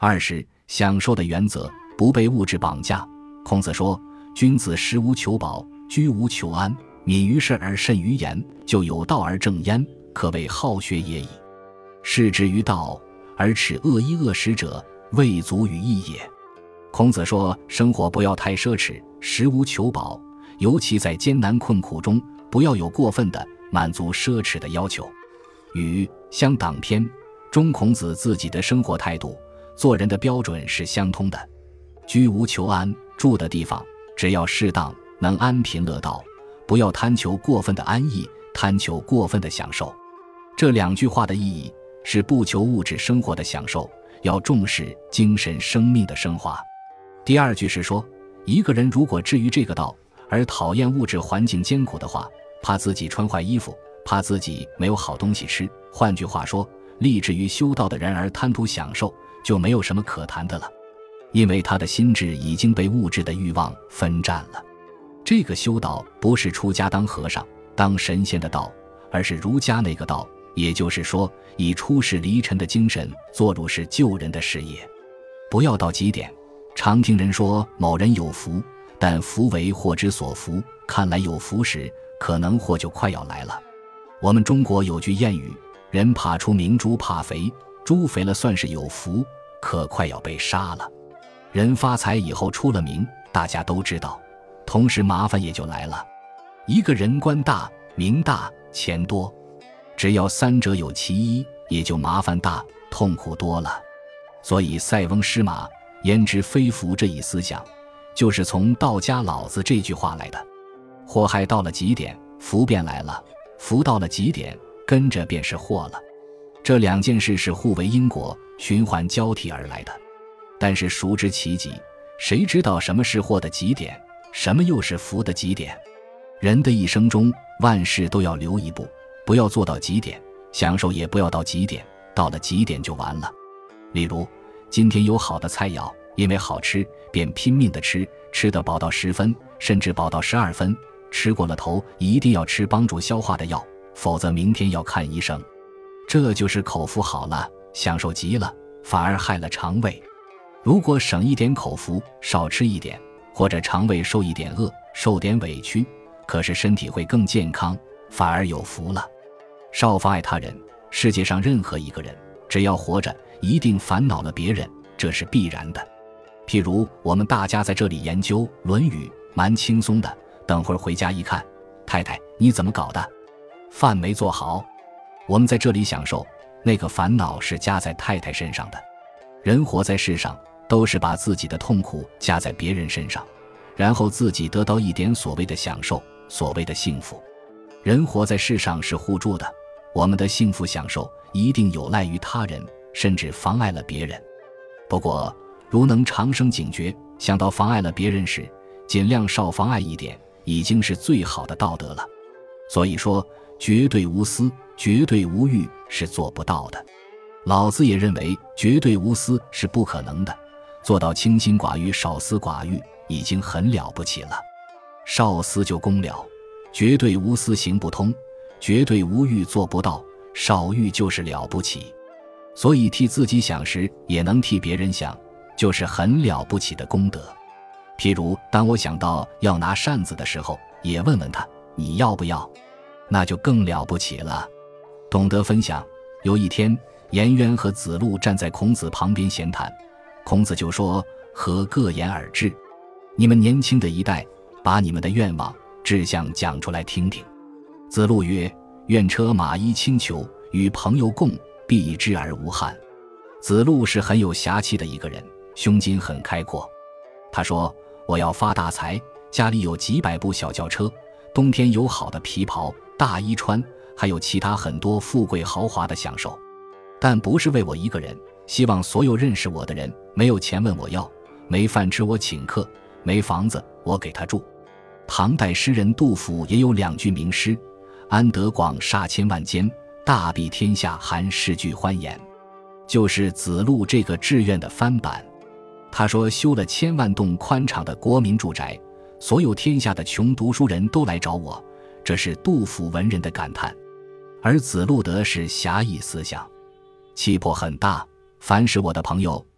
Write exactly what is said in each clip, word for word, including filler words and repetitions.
二是享受的原则，不被物质绑架。孔子说，君子食无求饱，居无求安，敏于事而慎于言，就有道而正焉，可谓好学也已。士之于道，而耻恶衣恶食者，未足于义也。孔子说，生活不要太奢侈，食无求饱，尤其在艰难困苦中，不要有过分的满足奢侈的要求。与乡党篇中孔子自己的生活态度、做人的标准是相通的。居无求安，住的地方只要适当，能安贫乐道，不要贪求过分的安逸，贪求过分的享受。这两句话的意义是不求物质生活的享受，要重视精神生命的升华。第二句是说，一个人如果至于这个道，而讨厌物质环境艰苦的话，怕自己穿坏衣服，怕自己没有好东西吃，换句话说，立志于修道的人而贪图享受，就没有什么可谈的了，因为他的心智已经被物质的欲望分占了。这个修道不是出家当和尚当神仙的道，而是儒家那个道，也就是说，以出世离尘的精神做入世救人的事业。不要到极点，常听人说某人有福，但福为祸之所伏，看来有福时，可能祸就快要来了。我们中国有句谚语，人怕出名，猪怕肥，猪肥了算是有福，可快要被杀了。人发财以后出了名，大家都知道，同时麻烦也就来了。一个人官大、名大、钱多，只要三者有其一，也就麻烦大、痛苦多了。所以塞翁失马，焉知非福这一思想，就是从道家老子这句话来的。祸害到了极点，福便来了；福到了极点，跟着便是祸了。这两件事是互为因果，循环交替而来的。但是孰知其极？谁知道什么是祸的极点，什么又是福的极点？人的一生中，万事都要留一步，不要做到极点，享受也不要到极点，到了极点就完了。例如，今天有好的菜肴，因为好吃，便拼命的吃，吃得饱到十分，甚至饱到十二分，吃过了头，一定要吃帮助消化的药，否则明天要看医生。这就是口福好了，享受极了，反而害了肠胃。如果省一点口福，少吃一点，或者肠胃受一点饿，受点委屈，可是身体会更健康，反而有福了。少妨碍他人，世界上任何一个人，只要活着，一定烦恼了别人，这是必然的。譬如我们大家在这里研究《论语》，蛮轻松的，等会儿回家一看，太太你怎么搞的？饭没做好。我们在这里享受，那个烦恼是加在太太身上的。人活在世上，都是把自己的痛苦加在别人身上，然后自己得到一点所谓的享受，所谓的幸福。人活在世上是互助的，我们的幸福享受一定有赖于他人，甚至妨碍了别人。不过如能长生警觉，想到妨碍了别人时，尽量少妨碍一点，已经是最好的道德了。所以说，绝对无私，绝对无欲是做不到的。老子也认为绝对无私是不可能的，做到清心寡欲、少私寡欲已经很了不起了。少私就公了，绝对无私行不通，绝对无欲做不到，少欲就是了不起。所以替自己想时也能替别人想，就是很了不起的功德。譬如当我想到要拿扇子的时候，也问问他你要不要，那就更了不起了。懂得分享。有一天，颜渊和子路站在孔子旁边闲谈，孔子就说：何各言而至？你们年轻的一代，把你们的愿望志向讲出来听听。子路曰：愿车马衣轻裘，与朋友共，避之而无憾。子路是很有侠气的一个人，胸襟很开阔。他说：我要发大财，家里有几百部小轿车，冬天有好的皮袍大衣穿，还有其他很多富贵豪华的享受。但不是为我一个人，希望所有认识我的人，没有钱问我要，没饭吃我请客，没房子我给他住。唐代诗人杜甫也有两句名诗：安得广厦千万间，大庇天下寒士俱欢颜。就是子路这个志愿的翻版。他说修了千万栋宽敞的国民住宅，所有天下的穷读书人都来找我，这是杜甫文人的感叹。而子路的是侠义思想，气魄很大，凡是我的朋友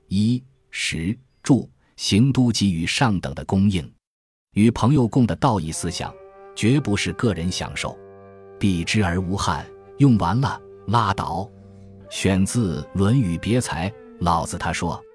衣食住行都给予上等的供应。与朋友共的道义思想绝不是个人享受。避之而无憾，用完了拉倒。选自《论语别裁》，老子他说。